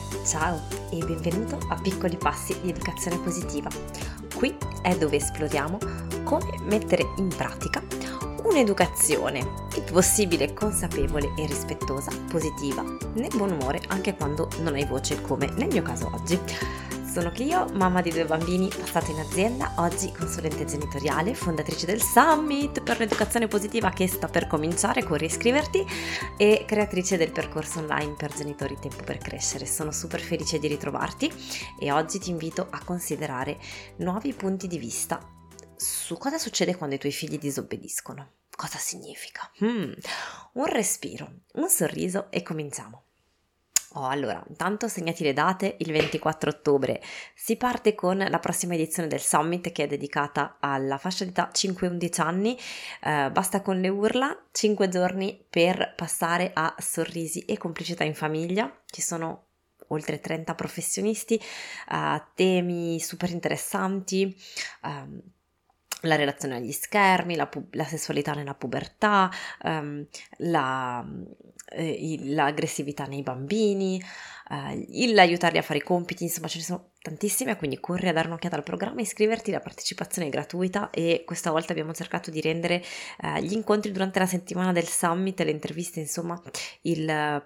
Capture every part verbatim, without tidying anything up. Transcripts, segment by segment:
Ciao e benvenuto a Piccoli Passi di Educazione Positiva. Qui è dove esploriamo come mettere in pratica un'educazione il più possibile consapevole e rispettosa, positiva, nel buon umore anche quando non hai voce, come nel mio caso oggi. Sono Clio, mamma di due bambini, passata in azienda, oggi consulente genitoriale, fondatrice del Summit per l'educazione positiva che sta per cominciare, corri a iscriverti, e creatrice del percorso online per genitori Tempo per Crescere. Sono super felice di ritrovarti e oggi ti invito a considerare nuovi punti di vista su cosa succede quando i tuoi figli disobbediscono. Cosa significa? Hmm, un respiro, un sorriso e cominciamo. Oh, allora, intanto segnati le date, il ventiquattro ottobre si parte con la prossima edizione del Summit che è dedicata alla fascia di età cinque undici anni, eh, basta con le urla, cinque giorni per passare a sorrisi e complicità in famiglia. Ci sono oltre trenta professionisti, uh, temi super interessanti, um, la relazione agli schermi, la, pu- la sessualità nella pubertà, um, la, eh, l'aggressività nei bambini, uh, il aiutarli a fare i compiti, insomma ce ne sono tantissime, quindi corri a dare un'occhiata al programma, iscriverti, la partecipazione è gratuita e questa volta abbiamo cercato di rendere uh, gli incontri durante la settimana del Summit e le interviste insomma il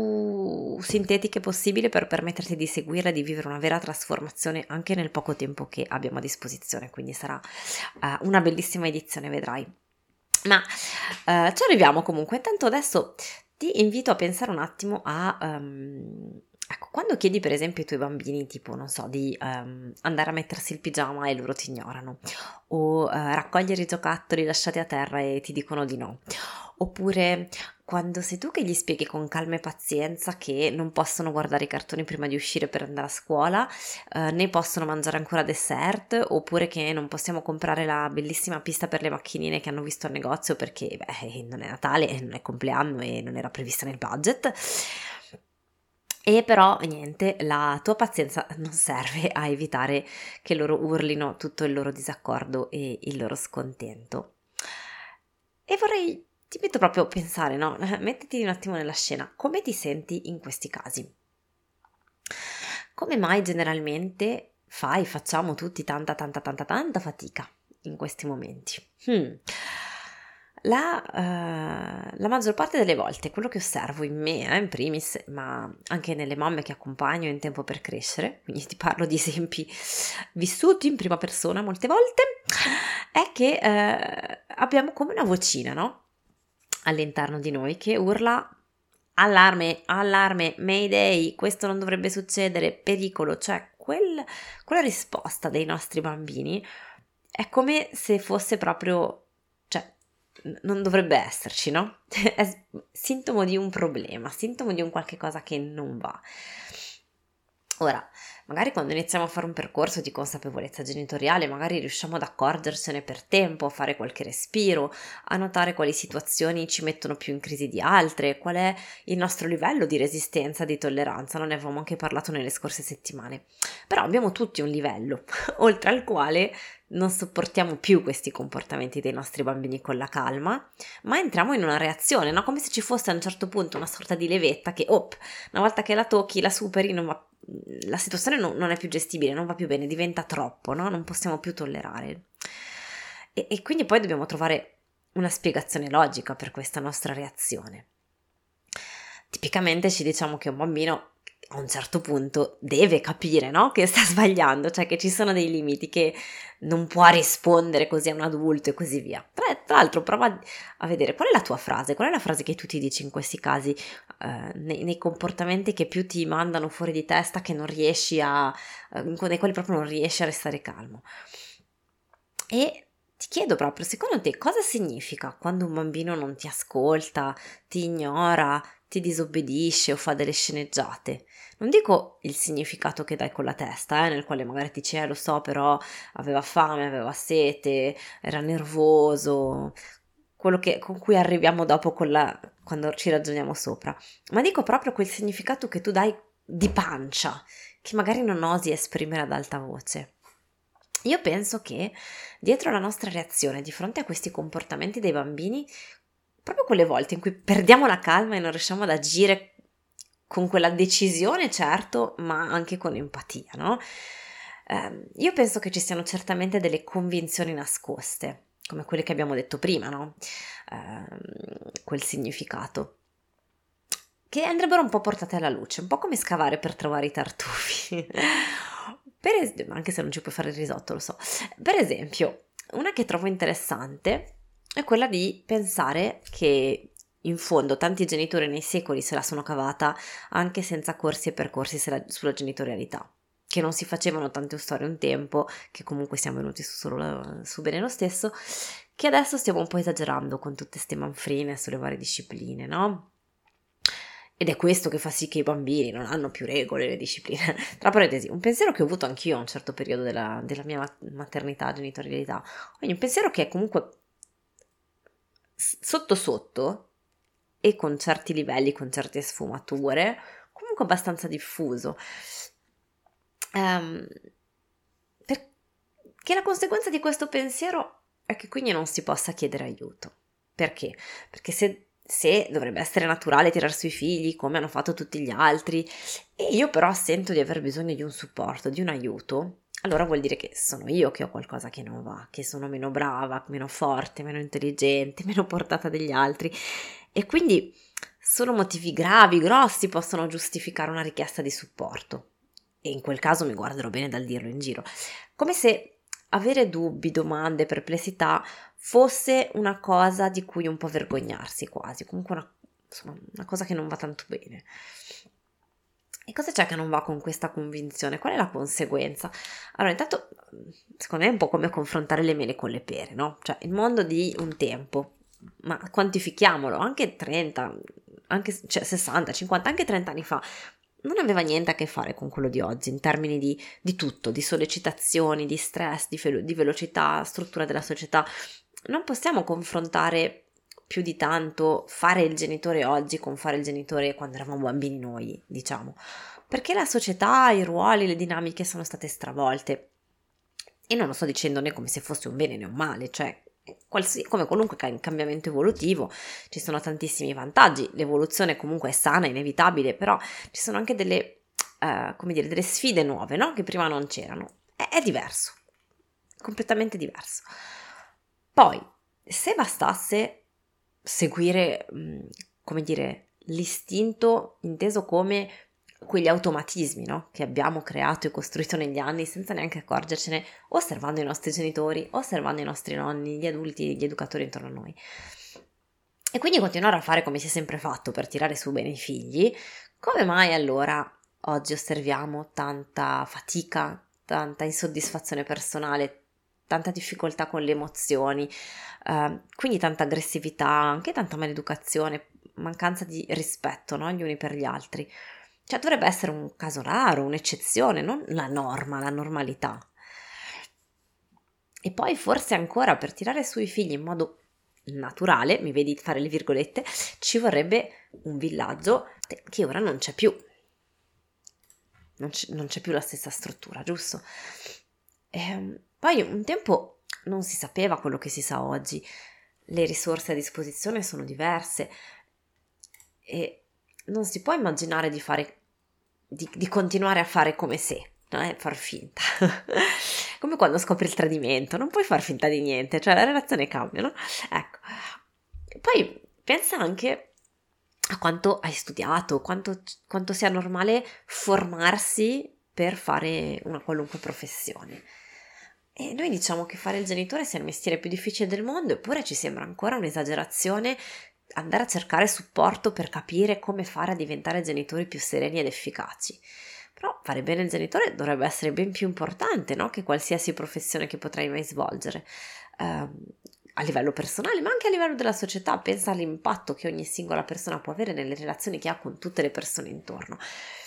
più sintetiche possibile per permetterti di seguire e di vivere una vera trasformazione anche nel poco tempo che abbiamo a disposizione, quindi sarà uh, una bellissima edizione, vedrai. Ma uh, ci arriviamo comunque. Intanto adesso ti invito a pensare un attimo a um, ecco, quando chiedi per esempio ai tuoi bambini tipo non so di um, andare a mettersi il pigiama e loro ti ignorano, o uh, raccogliere i giocattoli lasciati a terra e ti dicono di no, oppure quando sei tu che gli spieghi con calma e pazienza che non possono guardare i cartoni prima di uscire per andare a scuola, eh, né possono mangiare ancora dessert, oppure che non possiamo comprare la bellissima pista per le macchinine che hanno visto al negozio perché beh, non è Natale, non è compleanno e non era prevista nel budget. E però niente, la tua pazienza non serve a evitare che loro urlino tutto il loro disaccordo e il loro scontento. E vorrei ti invito proprio a pensare, no? Mettiti un attimo nella scena, come ti senti in questi casi? Come mai generalmente fai, facciamo tutti tanta tanta tanta tanta fatica in questi momenti? Hmm. La, uh, la maggior parte delle volte, quello che osservo in me, eh, in primis, ma anche nelle mamme che accompagno in Tempo per Crescere, quindi ti parlo di esempi vissuti in prima persona molte volte, è che uh, abbiamo come una vocina, no? All'interno di noi che urla allarme, allarme, mayday, questo non dovrebbe succedere, pericolo, cioè quel, quella risposta dei nostri bambini è come se fosse proprio, cioè non dovrebbe esserci, no? È sintomo di un problema, sintomo di un qualche cosa che non va. Ora, magari quando iniziamo a fare un percorso di consapevolezza genitoriale, magari riusciamo ad accorgercene per tempo, a fare qualche respiro, a notare quali situazioni ci mettono più in crisi di altre, qual è il nostro livello di resistenza, di tolleranza, non ne avevamo anche parlato nelle scorse settimane. Però abbiamo tutti un livello, oltre al quale non sopportiamo più questi comportamenti dei nostri bambini con la calma, ma entriamo in una reazione, no? Come se ci fosse a un certo punto una sorta di levetta che, op, una volta che la tocchi, la superi, non va, la situazione non, non è più gestibile, non va più bene, diventa troppo, no? Non possiamo più tollerare. E, e quindi poi dobbiamo trovare una spiegazione logica per questa nostra reazione. Tipicamente ci diciamo che un bambino a un certo punto deve capire, no? Che sta sbagliando, cioè che ci sono dei limiti, che non può rispondere così a un adulto e così via. Tra, tra l'altro prova a vedere qual è la tua frase, qual è la frase che tu ti dici in questi casi, eh, nei, nei comportamenti che più ti mandano fuori di testa, che non riesci a, eh, nei quali proprio non riesci a restare calmo. E ti chiedo proprio, secondo te cosa significa quando un bambino non ti ascolta, ti ignora, ti disobbedisce o fa delle sceneggiate? Non dico il significato che dai con la testa, eh, nel quale magari ti dici, eh, lo so, però aveva fame, aveva sete, era nervoso, quello che, con cui arriviamo dopo con la, quando ci ragioniamo sopra, ma dico proprio quel significato che tu dai di pancia, che magari non osi esprimere ad alta voce. Io penso che dietro la nostra reazione di fronte a questi comportamenti dei bambini, proprio quelle volte in cui perdiamo la calma e non riusciamo ad agire con quella decisione, certo, ma anche con empatia, no? Eh, io penso che ci siano certamente delle convinzioni nascoste, come quelle che abbiamo detto prima, no? Eh, quel significato, che andrebbero un po' portate alla luce, un po' come scavare per trovare i tartufi. Per es- anche se non ci puoi fare il risotto, lo so. Per esempio, una che trovo interessante è quella di pensare che in fondo tanti genitori nei secoli se la sono cavata anche senza corsi e percorsi sulla, sulla genitorialità, che non si facevano tante storie un tempo, che comunque siamo venuti su, solo, su bene lo stesso, che adesso stiamo un po' esagerando con tutte ste manfrine sulle varie discipline, no? Ed è questo che fa sì che i bambini non hanno più regole, le discipline. Tra parentesi, un pensiero che ho avuto anch'io a un certo periodo della, della mia maternità, genitorialità. Quindi un pensiero che è comunque sotto sotto e con certi livelli, con certe sfumature, comunque abbastanza diffuso. Um, perché la conseguenza di questo pensiero è che quindi non si possa chiedere aiuto. Perché? Perché se se dovrebbe essere naturale tirar sui figli come hanno fatto tutti gli altri, e io però sento di aver bisogno di un supporto, di un aiuto, allora vuol dire che sono io che ho qualcosa che non va, che sono meno brava, meno forte, meno intelligente, meno portata degli altri, e quindi solo motivi gravi, grossi possono giustificare una richiesta di supporto, e in quel caso mi guarderò bene dal dirlo in giro, come se avere dubbi, domande, perplessità fosse una cosa di cui un po' vergognarsi quasi, comunque una, insomma, una cosa che non va tanto bene. E cosa c'è che non va con questa convinzione? Qual è la conseguenza? Allora, intanto, secondo me è un po' come confrontare le mele con le pere, no? Cioè, il mondo di un tempo, ma quantifichiamolo, anche trenta, anche cioè sessanta, cinquanta, anche trenta anni fa, non aveva niente a che fare con quello di oggi in termini di, di tutto, di sollecitazioni, di stress, di, fe- di velocità, struttura della società. Non possiamo confrontare più di tanto fare il genitore oggi con fare il genitore quando eravamo bambini noi, diciamo, perché la società, i ruoli, le dinamiche sono state stravolte. E non lo sto dicendo né come se fosse un bene né un male, cioè qualsi- come qualunque cambiamento evolutivo ci sono tantissimi vantaggi, l'evoluzione comunque è sana, è inevitabile, però ci sono anche delle, uh, come dire, delle sfide nuove, no? Che prima non c'erano. È, è diverso, completamente diverso. Poi, se bastasse seguire, mh, come dire, l'istinto inteso come quegli automatismi, no? Che abbiamo creato e costruito negli anni senza neanche accorgercene, osservando i nostri genitori, osservando i nostri nonni, gli adulti, gli educatori intorno a noi. E quindi continuare a fare come si è sempre fatto per tirare su bene i figli, come mai allora oggi osserviamo tanta fatica, tanta insoddisfazione personale, tanta difficoltà con le emozioni, eh, quindi tanta aggressività, anche tanta maleducazione, mancanza di rispetto, no? Gli uni per gli altri? Cioè dovrebbe essere un caso raro, un'eccezione, non la norma, la normalità. E poi forse ancora per tirare sui figli in modo naturale, mi vedi fare le virgolette, ci vorrebbe un villaggio che ora non c'è più. Non c'è, non c'è più la stessa struttura, giusto? E poi un tempo non si sapeva quello che si sa oggi, le risorse a disposizione sono diverse e non si può immaginare di fare Di, di continuare a fare come se, no? Eh, far finta. Come quando scopri il tradimento, non puoi far finta di niente, cioè la relazione cambia, no? Ecco. Poi pensa anche a quanto hai studiato, quanto, quanto sia normale formarsi per fare una qualunque professione. E noi diciamo che fare il genitore sia il mestiere più difficile del mondo, eppure ci sembra ancora un'esagerazione andare a cercare supporto per capire come fare a diventare genitori più sereni ed efficaci. Però fare bene il genitore dovrebbe essere ben più importante, no? Che qualsiasi professione che potrai mai svolgere, eh, a livello personale, ma anche a livello della società. Pensa all'impatto che ogni singola persona può avere nelle relazioni che ha con tutte le persone intorno.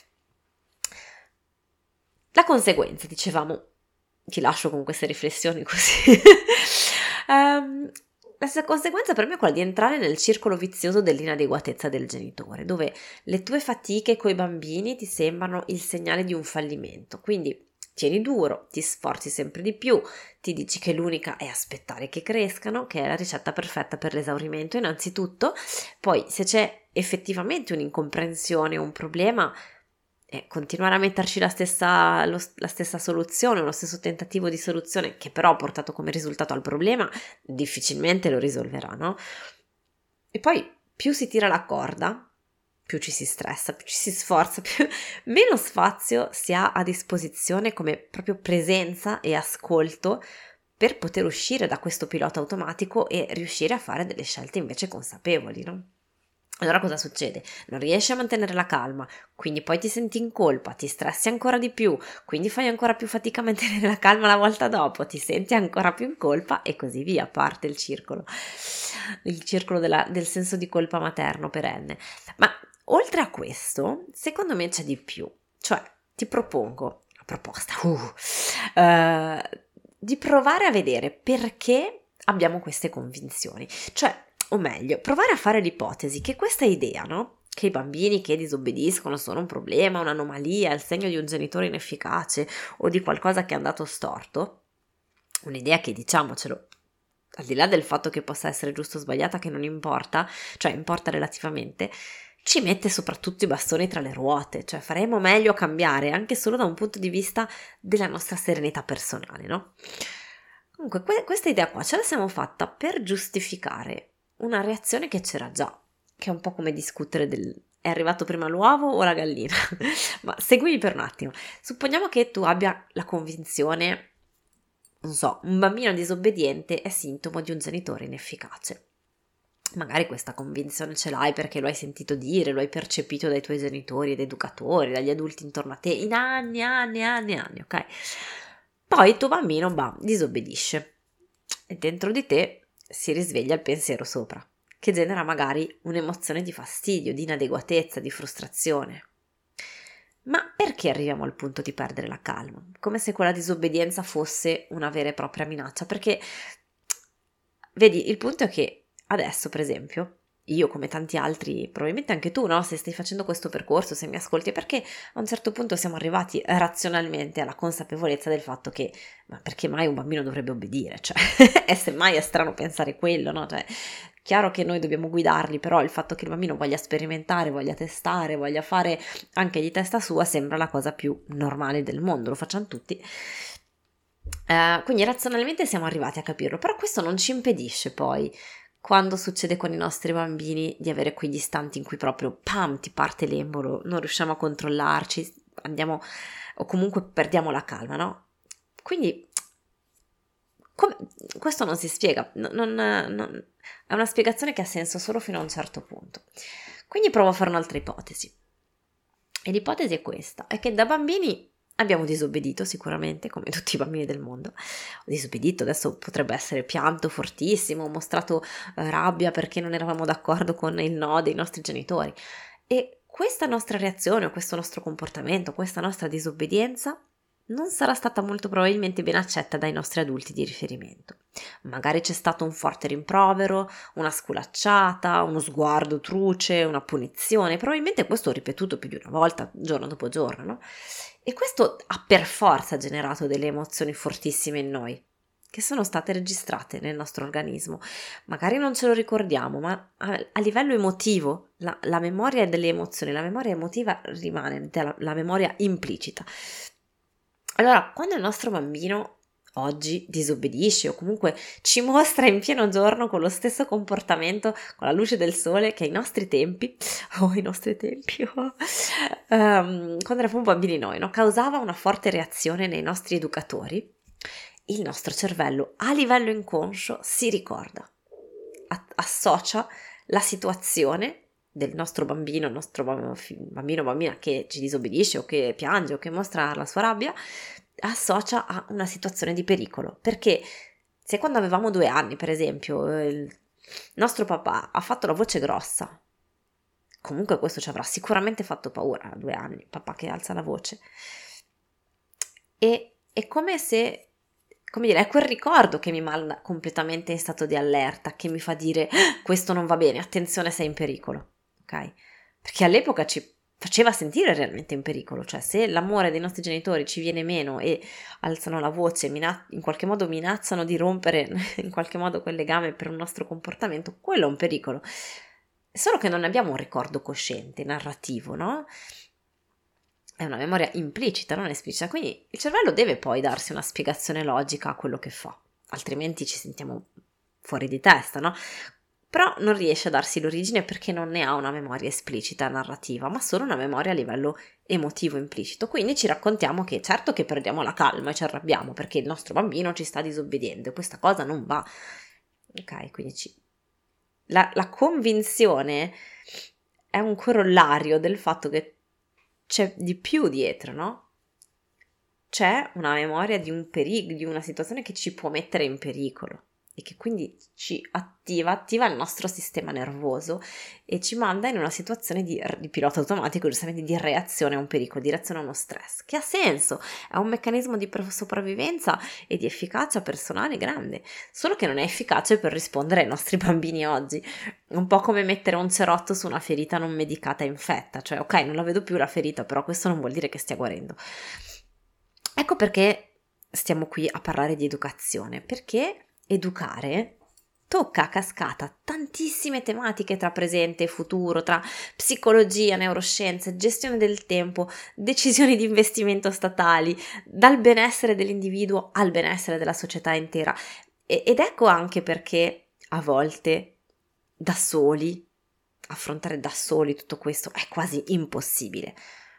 La conseguenza, dicevamo, ti lascio con queste riflessioni così. um, La conseguenza per me è quella di entrare nel circolo vizioso dell'inadeguatezza del genitore, dove le tue fatiche coi bambini ti sembrano il segnale di un fallimento. Quindi tieni duro, ti sforzi sempre di più, ti dici che l'unica è aspettare che crescano, che è la ricetta perfetta per l'esaurimento innanzitutto. Poi se c'è effettivamente un'incomprensione, un problema, e continuare a metterci la stessa, lo, la stessa soluzione, lo stesso tentativo di soluzione che però ha portato come risultato al problema, difficilmente lo risolverà, no? E poi più si tira la corda, più ci si stressa, più ci si sforza, più meno spazio si ha a disposizione come proprio presenza e ascolto per poter uscire da questo pilota automatico e riuscire a fare delle scelte invece consapevoli, no? Allora cosa succede? Non riesci a mantenere la calma, quindi poi ti senti in colpa, ti stressi ancora di più, quindi fai ancora più fatica a mantenere la calma la volta dopo, ti senti ancora più in colpa e così via, parte il circolo, il circolo della, del senso di colpa materno perenne. Ma oltre a questo, secondo me c'è di più, cioè ti propongo una proposta, uh, uh, di provare a vedere perché abbiamo queste convinzioni, cioè o meglio, provare a fare l'ipotesi che questa idea, no? Che i bambini che disobbediscono sono un problema, un'anomalia, il segno di un genitore inefficace o di qualcosa che è andato storto, un'idea che, diciamocelo, al di là del fatto che possa essere giusto o sbagliata, che non importa, cioè importa relativamente, ci mette soprattutto i bastoni tra le ruote, cioè faremo meglio a cambiare anche solo da un punto di vista della nostra serenità personale, no? Comunque, que- questa idea qua ce la siamo fatta per giustificare una reazione che c'era già, che è un po' come discutere del è arrivato prima l'uovo o la gallina. Ma seguimi per un attimo. Supponiamo che tu abbia la convinzione, non so, un bambino disobbediente è sintomo di un genitore inefficace. Magari questa convinzione ce l'hai perché lo hai sentito dire, lo hai percepito dai tuoi genitori ed educatori, dagli adulti intorno a te, in anni, anni, anni, anni, ok? Poi il tuo bambino, bah, disobbedisce e dentro di te si risveglia il pensiero sopra, che genera magari un'emozione di fastidio, di inadeguatezza, di frustrazione. Ma perché arriviamo al punto di perdere la calma? Come se quella disobbedienza fosse una vera e propria minaccia. Perché, vedi, il punto è che adesso, per esempio, io come tanti altri, probabilmente anche tu, no? Se stai facendo questo percorso, se mi ascolti, perché a un certo punto siamo arrivati razionalmente alla consapevolezza del fatto che, ma perché mai un bambino dovrebbe obbedire? Cioè, e semmai è strano pensare quello, no? Cioè, chiaro che noi dobbiamo guidarli, però il fatto che il bambino voglia sperimentare, voglia testare, voglia fare anche di testa sua sembra la cosa più normale del mondo, lo facciamo tutti. Uh, quindi razionalmente siamo arrivati a capirlo, però questo non ci impedisce poi, quando succede con i nostri bambini, di avere quegli istanti in cui proprio pam ti parte l'embolo, non riusciamo a controllarci, andiamo o comunque perdiamo la calma, no? Quindi come, questo non si spiega, non, non, è una spiegazione che ha senso solo fino a un certo punto. Quindi provo a fare un'altra ipotesi. E l'ipotesi è questa, è che da bambini abbiamo disobbedito sicuramente, come tutti i bambini del mondo. Ho disobbedito, adesso potrebbe essere pianto fortissimo, ho mostrato eh, rabbia perché non eravamo d'accordo con il no dei nostri genitori. E questa nostra reazione, o questo nostro comportamento, questa nostra disobbedienza non sarà stata molto probabilmente ben accetta dai nostri adulti di riferimento. Magari c'è stato un forte rimprovero, una sculacciata, uno sguardo truce, una punizione, probabilmente questo ripetuto più di una volta, giorno dopo giorno, no? E questo ha per forza generato delle emozioni fortissime in noi, che sono state registrate nel nostro organismo. Magari non ce lo ricordiamo, ma a, a livello emotivo, la, la memoria delle emozioni, la memoria emotiva rimane, la, la memoria implicita. Allora, quando il nostro bambino oggi disobbedisce o comunque ci mostra in pieno giorno con lo stesso comportamento, con la luce del sole che ai nostri tempi, o oh, ai nostri tempi, oh, um, quando eravamo bambini noi, no? Causava una forte reazione nei nostri educatori, il nostro cervello a livello inconscio si ricorda, associa la situazione del nostro bambino, il nostro bambino o bambina che ci disobbedisce o che piange o che mostra la sua rabbia, associa a una situazione di pericolo, perché se quando avevamo due anni, per esempio, il nostro papà ha fatto la voce grossa, comunque questo ci avrà sicuramente fatto paura a due anni, papà che alza la voce, e è come se, come dire, è quel ricordo che mi manda completamente in stato di allerta, che mi fa dire questo non va bene, attenzione, sei in pericolo. Ok? Perché all'epoca ci faceva sentire realmente in pericolo, cioè se l'amore dei nostri genitori ci viene meno e alzano la voce, in qualche modo minacciano di rompere in qualche modo quel legame per un nostro comportamento, quello è un pericolo. solo che non ne abbiamo un ricordo cosciente, narrativo, no? È una memoria implicita, non esplicita, quindi il cervello deve poi darsi una spiegazione logica a quello che fa, altrimenti ci sentiamo fuori di testa, no? Però non riesce a darsi l'origine perché non ne ha una memoria esplicita narrativa, ma solo una memoria a livello emotivo implicito. Quindi ci raccontiamo che certo che perdiamo la calma e ci arrabbiamo perché il nostro bambino ci sta disobbediendo e questa cosa non va. Ok, quindi ci... la, la convinzione è un corollario del fatto che c'è di più dietro, no? C'è una memoria di un pericolo, di una situazione che ci può mettere in pericolo e che quindi ci attiva, attiva il nostro sistema nervoso e ci manda in una situazione di, di pilota automatico, giustamente di reazione a un pericolo, di reazione a uno stress, che ha senso, è un meccanismo di sopravvivenza e di efficacia personale grande, solo che non è efficace per rispondere ai nostri bambini oggi, un po' come mettere un cerotto su una ferita non medicata e infetta, cioè ok, non la vedo più la ferita, però questo non vuol dire che stia guarendo. Ecco perché stiamo qui a parlare di educazione, perché educare tocca a cascata tantissime tematiche tra presente e futuro, tra psicologia, neuroscienze, gestione del tempo, decisioni di investimento statali, dal benessere dell'individuo al benessere della società intera. E- ed ecco anche perché a volte da soli, affrontare da soli tutto questo è quasi impossibile.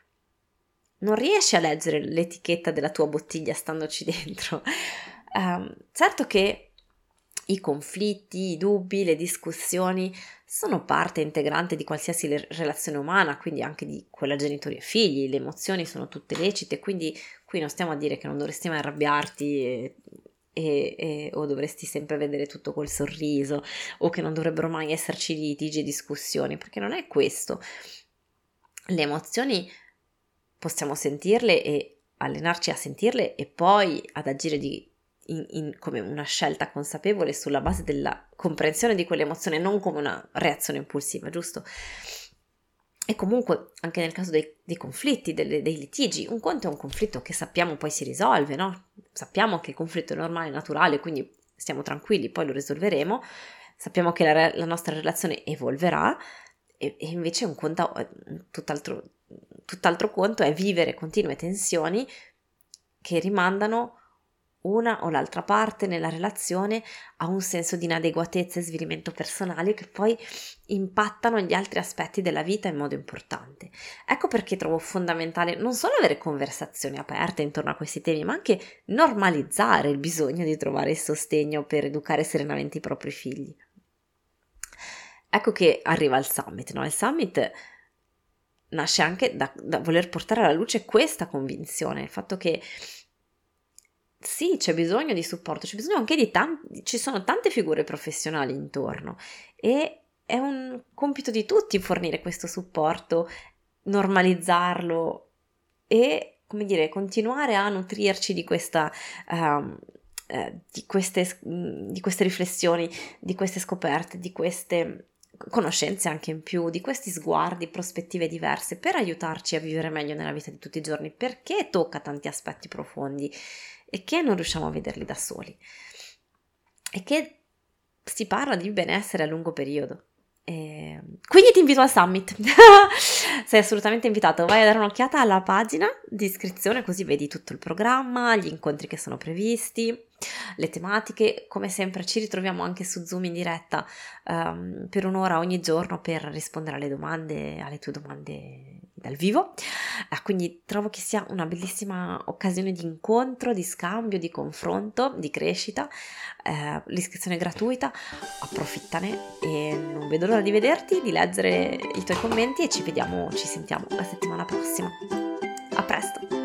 Non riesci a leggere l'etichetta della tua bottiglia standoci dentro. Um, certo che i conflitti, i dubbi, le discussioni sono parte integrante di qualsiasi relazione umana, quindi anche di quella genitori e figli, le emozioni sono tutte lecite, quindi qui non stiamo a dire che non dovresti mai arrabbiarti e, e, e, o dovresti sempre vedere tutto col sorriso o che non dovrebbero mai esserci litigi e discussioni, perché non è questo. Le emozioni possiamo sentirle e allenarci a sentirle e poi ad agire di In, in, come una scelta consapevole sulla base della comprensione di quell'emozione, non come una reazione impulsiva, giusto? E comunque anche nel caso dei, dei conflitti, delle, dei litigi, un conto è un conflitto che sappiamo poi si risolve, no? Sappiamo che il conflitto è normale, naturale, quindi stiamo tranquilli, poi lo risolveremo, sappiamo che la, la nostra relazione evolverà e, e invece un conto, tutt'altro, tutt'altro conto è vivere continue tensioni che rimandano una o l'altra parte nella relazione a un senso di inadeguatezza e svilimento personale che poi impattano gli altri aspetti della vita in modo importante. Ecco perché trovo fondamentale non solo avere conversazioni aperte intorno a questi temi, ma anche normalizzare il bisogno di trovare il sostegno per educare serenamente i propri figli. Ecco che arriva il summit, no? Il summit nasce anche da, da voler portare alla luce questa convinzione, il fatto che sì, c'è bisogno di supporto, c'è bisogno anche di tanti, ci sono tante figure professionali intorno e è un compito di tutti fornire questo supporto, normalizzarlo e, come dire, continuare a nutrirci di questa, um, eh, di queste, di queste riflessioni, di queste scoperte, di queste conoscenze anche in più, di questi sguardi, prospettive diverse per aiutarci a vivere meglio nella vita di tutti i giorni, perché tocca tanti aspetti profondi e che non riusciamo a vederli da soli e che si parla di benessere a lungo periodo. E quindi ti invito al summit. Sei assolutamente invitato, vai a dare un'occhiata alla pagina di iscrizione così vedi tutto il programma, gli incontri che sono previsti, le tematiche. Come sempre ci ritroviamo anche su Zoom in diretta um, per un'ora ogni giorno per rispondere alle domande, alle tue domande dal vivo, eh, quindi trovo che sia una bellissima occasione di incontro, di scambio, di confronto, di crescita. Eh, l'iscrizione è gratuita, approfittane e non vedo l'ora di vederti, di leggere i tuoi commenti e ci vediamo, ci sentiamo la settimana prossima. A presto!